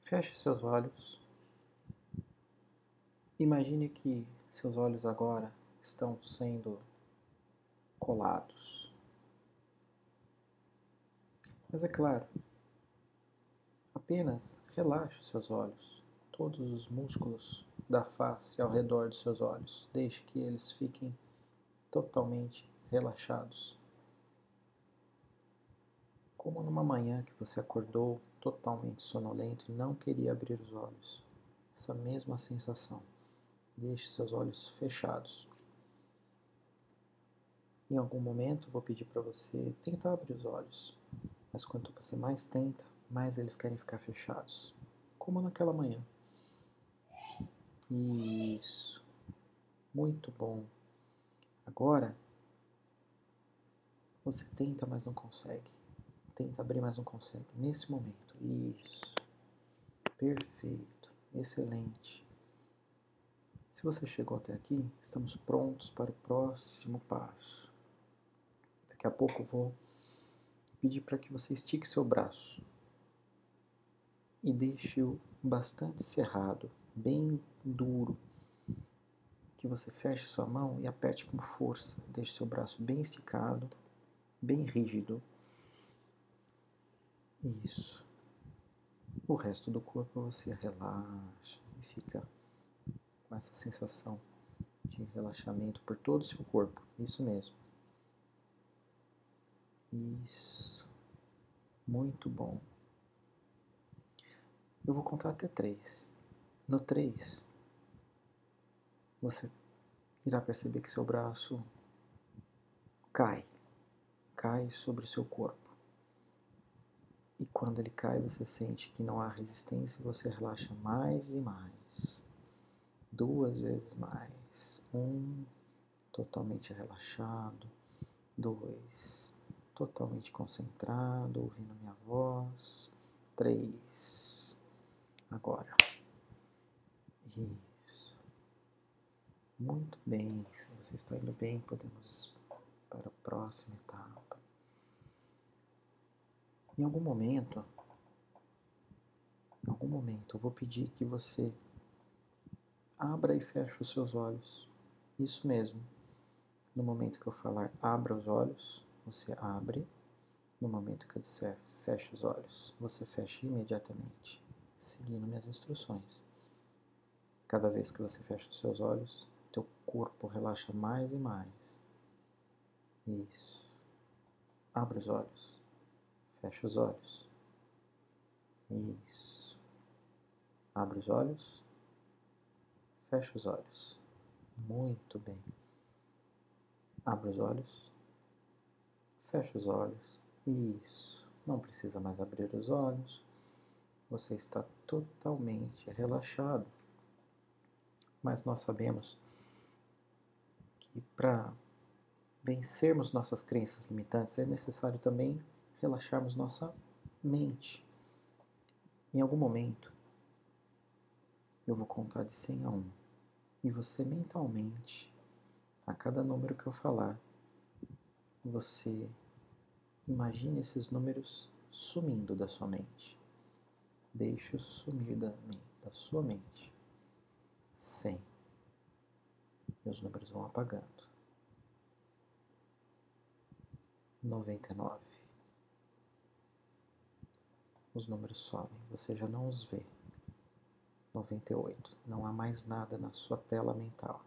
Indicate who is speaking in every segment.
Speaker 1: Feche seus olhos. Imagine que seus olhos agora estão sendo colados. Mas é claro, apenas relaxe seus olhos. Todos os músculos da face ao redor de seus olhos. Deixe que eles fiquem totalmente relaxados. Como numa manhã que você acordou totalmente sonolento e não queria abrir os olhos. Essa mesma sensação. Deixe seus olhos fechados. Em algum momento vou pedir para você tentar abrir os olhos. Mas quanto você mais tenta, mais eles querem ficar fechados. Como naquela manhã. Isso. Muito bom. Agora, você tenta, mas não consegue. Tenta abrir, mas não consegue. Nesse momento. Isso. Perfeito. Excelente. Se você chegou até aqui, estamos prontos para o próximo passo. Daqui a pouco eu vou pedir para que você estique seu braço e deixe-o bastante cerrado, bem duro. Que você feche sua mão e aperte com força. Deixe seu braço bem esticado, bem rígido. Isso. O resto do corpo você relaxa e fica com essa sensação de relaxamento por todo o seu corpo. Isso mesmo. Isso. Muito bom. Eu vou contar até 3. No 3, você irá perceber que seu braço cai sobre o seu corpo. E quando ele cai, você sente que não há resistência e você relaxa mais e mais. 2 vezes mais. 1, totalmente relaxado. 2, totalmente concentrado, ouvindo minha voz. 3, agora. Isso. Muito bem. Se você está indo bem, podemos para a próxima etapa. Em algum momento, eu vou pedir que você abra e feche os seus olhos. Isso mesmo. No momento que eu falar abra os olhos, você abre. No momento que eu disser feche os olhos, você fecha imediatamente, seguindo minhas instruções. Cada vez que você fecha os seus olhos, teu corpo relaxa mais e mais. Isso. Abre os olhos. Fecha os olhos. Isso. Abre os olhos. Fecha os olhos. Muito bem. Abre os olhos. Fecha os olhos. Isso. Não precisa mais abrir os olhos. Você está totalmente relaxado. Mas nós sabemos que para vencermos nossas crenças limitantes é necessário também relaxarmos nossa mente. Em algum momento, eu vou contar de 100 a 1. E você mentalmente, a cada número que eu falar, você imagine esses números sumindo da sua mente. Deixe-os sumir da sua mente. 100. E os números vão apagando. 99. Os números sobem, você já não os vê. 98. Não há mais nada na sua tela mental.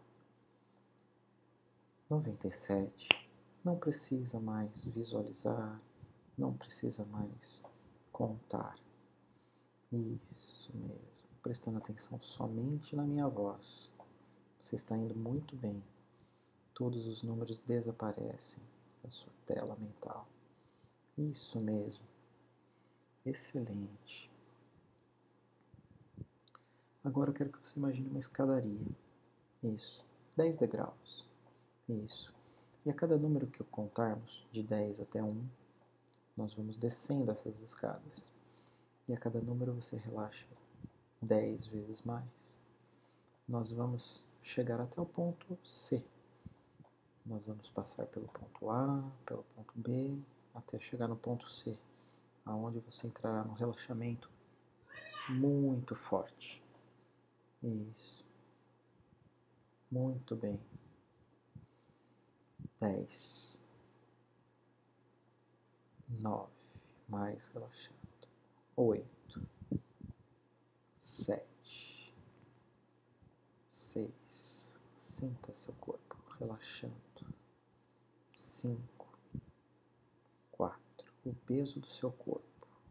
Speaker 1: 97. Não precisa mais visualizar, não precisa mais contar. Isso mesmo. Prestando atenção somente na minha voz. Você está indo muito bem. Todos os números desaparecem da sua tela mental. Isso mesmo. Excelente. Agora eu quero que você imagine uma escadaria. Isso. 10 degraus. Isso. E a cada número que contarmos, de 10 até 1, nós vamos descendo essas escadas. E a cada número você relaxa 10 vezes mais. Nós vamos chegar até o ponto C. Nós vamos passar pelo ponto A, pelo ponto B, até chegar no ponto C, aonde você entrará no relaxamento muito forte. Isso. Muito bem. 10, 9, mais relaxado. 8, 7, 6, sinta seu corpo relaxando. 5, 4, o peso do seu corpo.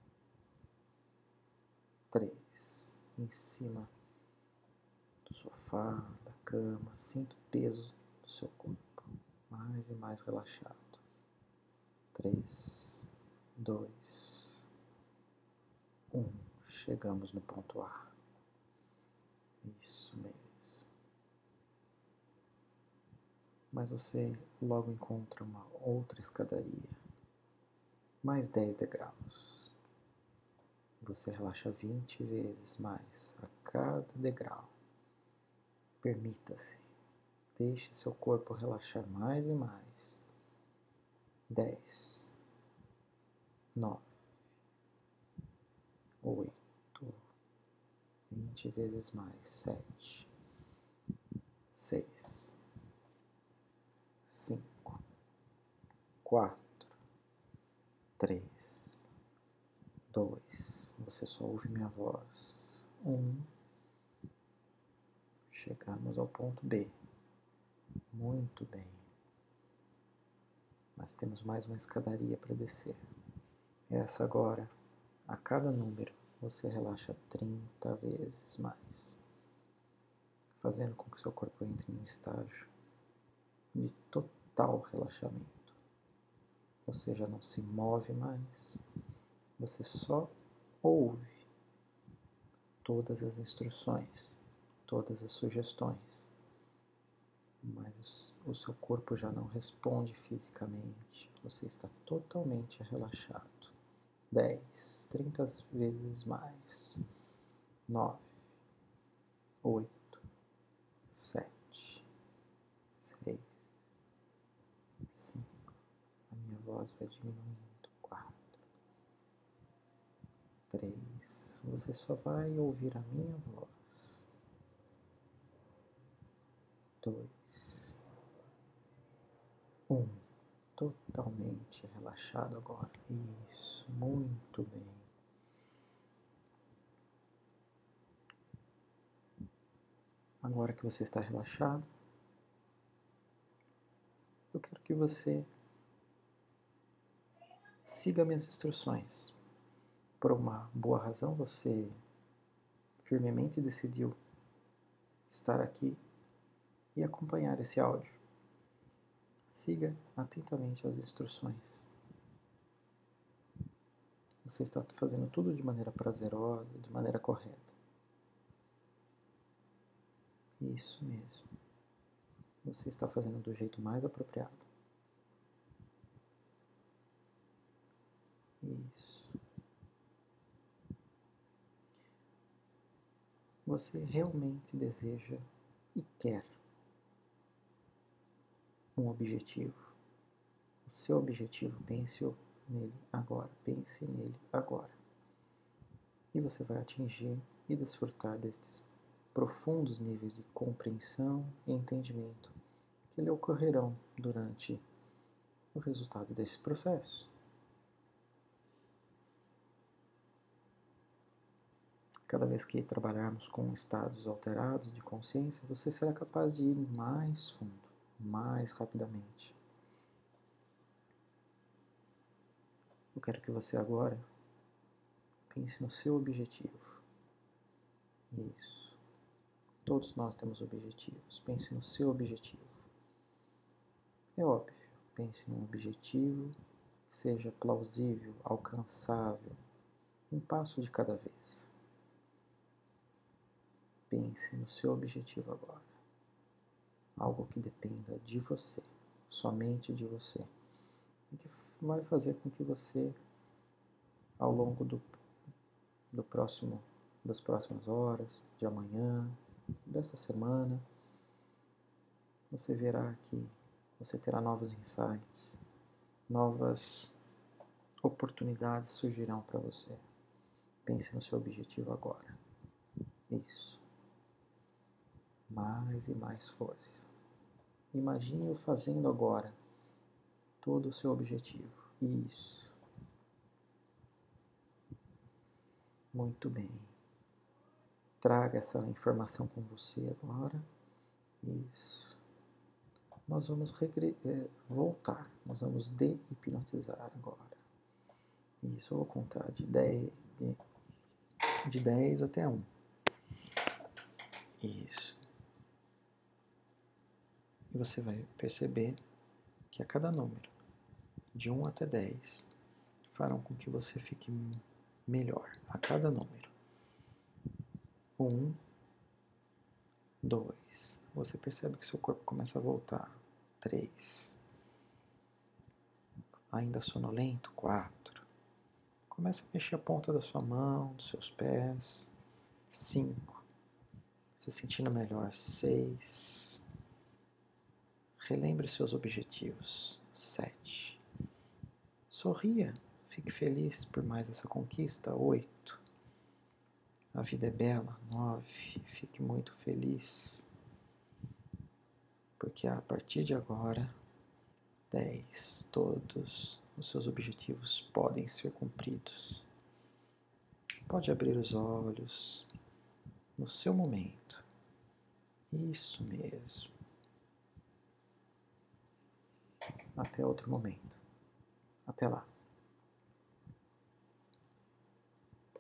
Speaker 1: 3, em cima do sofá, da cama, sinta o peso do seu corpo. Mais e mais relaxado. 3, 2, 1. Chegamos no ponto A. Isso mesmo. Mas você logo encontra uma outra escadaria. Mais 10 degraus. Você relaxa 20 vezes mais a cada degrau. Permita-se. Deixe seu corpo relaxar mais e mais. 10, 9, 8, 20 vezes mais. 7, 6, 5, 4, 3, 2, você só ouve minha voz. 1, chegamos ao ponto B. Muito bem. Mas temos mais uma escadaria para descer. Essa agora, a cada número, você relaxa 30 vezes mais, fazendo com que seu corpo entre em um estágio de total relaxamento. Você já não se move mais, você só ouve todas as instruções, todas as sugestões, mas o seu corpo já não responde fisicamente, você está totalmente relaxado. 10, 30 vezes mais. 9, 8, 7, 6, 5. A minha voz vai diminuindo. 4, 3. Você só vai ouvir a minha voz. 2, 1. Totalmente relaxado agora. Isso, muito bem. Agora que você está relaxado, eu quero que você siga minhas instruções. Por uma boa razão, você firmemente decidiu estar aqui e acompanhar esse áudio. Siga atentamente as instruções. Você está fazendo tudo de maneira prazerosa, de maneira correta. Isso mesmo. Você está fazendo do jeito mais apropriado. Isso. Você realmente deseja e quer um objetivo. O seu objetivo, pense nele agora. Pense nele agora. E você vai atingir e desfrutar destes profundos níveis de compreensão e entendimento que lhe ocorrerão durante o resultado desse processo. Cada vez que trabalharmos com estados alterados de consciência, você será capaz de ir mais fundo, mais rapidamente. Eu quero que você agora pense no seu objetivo. Isso. Todos nós temos objetivos. Pense no seu objetivo. É óbvio, pense num objetivo que seja plausível, alcançável, um passo de cada vez. Pense no seu objetivo agora. Algo que dependa de você, somente de você. E que vai fazer com que você, ao longo das próximas horas, de amanhã, dessa semana, você verá que você terá novos insights, novas oportunidades surgirão para você. Pense no seu objetivo agora. Isso. Mais e mais força. Imagine-o fazendo agora todo o seu objetivo. Isso. Muito bem. Traga essa informação com você agora. Isso. Nós vamos voltar. Nós vamos de-hipnotizar agora. Isso, eu vou contar de 10 até 1. Isso. E você vai perceber que a cada número, de 1 até 10, farão com que você fique melhor a cada número. 1, 2. Você percebe que seu corpo começa a voltar. 3. Ainda sonolento. 4. Começa a mexer a ponta da sua mão, dos seus pés. 5. Se sentindo melhor. 6. Relembre seus objetivos. 7. Sorria. Fique feliz por mais essa conquista. 8. A vida é bela. 9. Fique muito feliz. Porque a partir de agora, 10. Todos os seus objetivos podem ser cumpridos. Pode abrir os olhos no seu momento. Isso mesmo. Até outro momento. Até lá.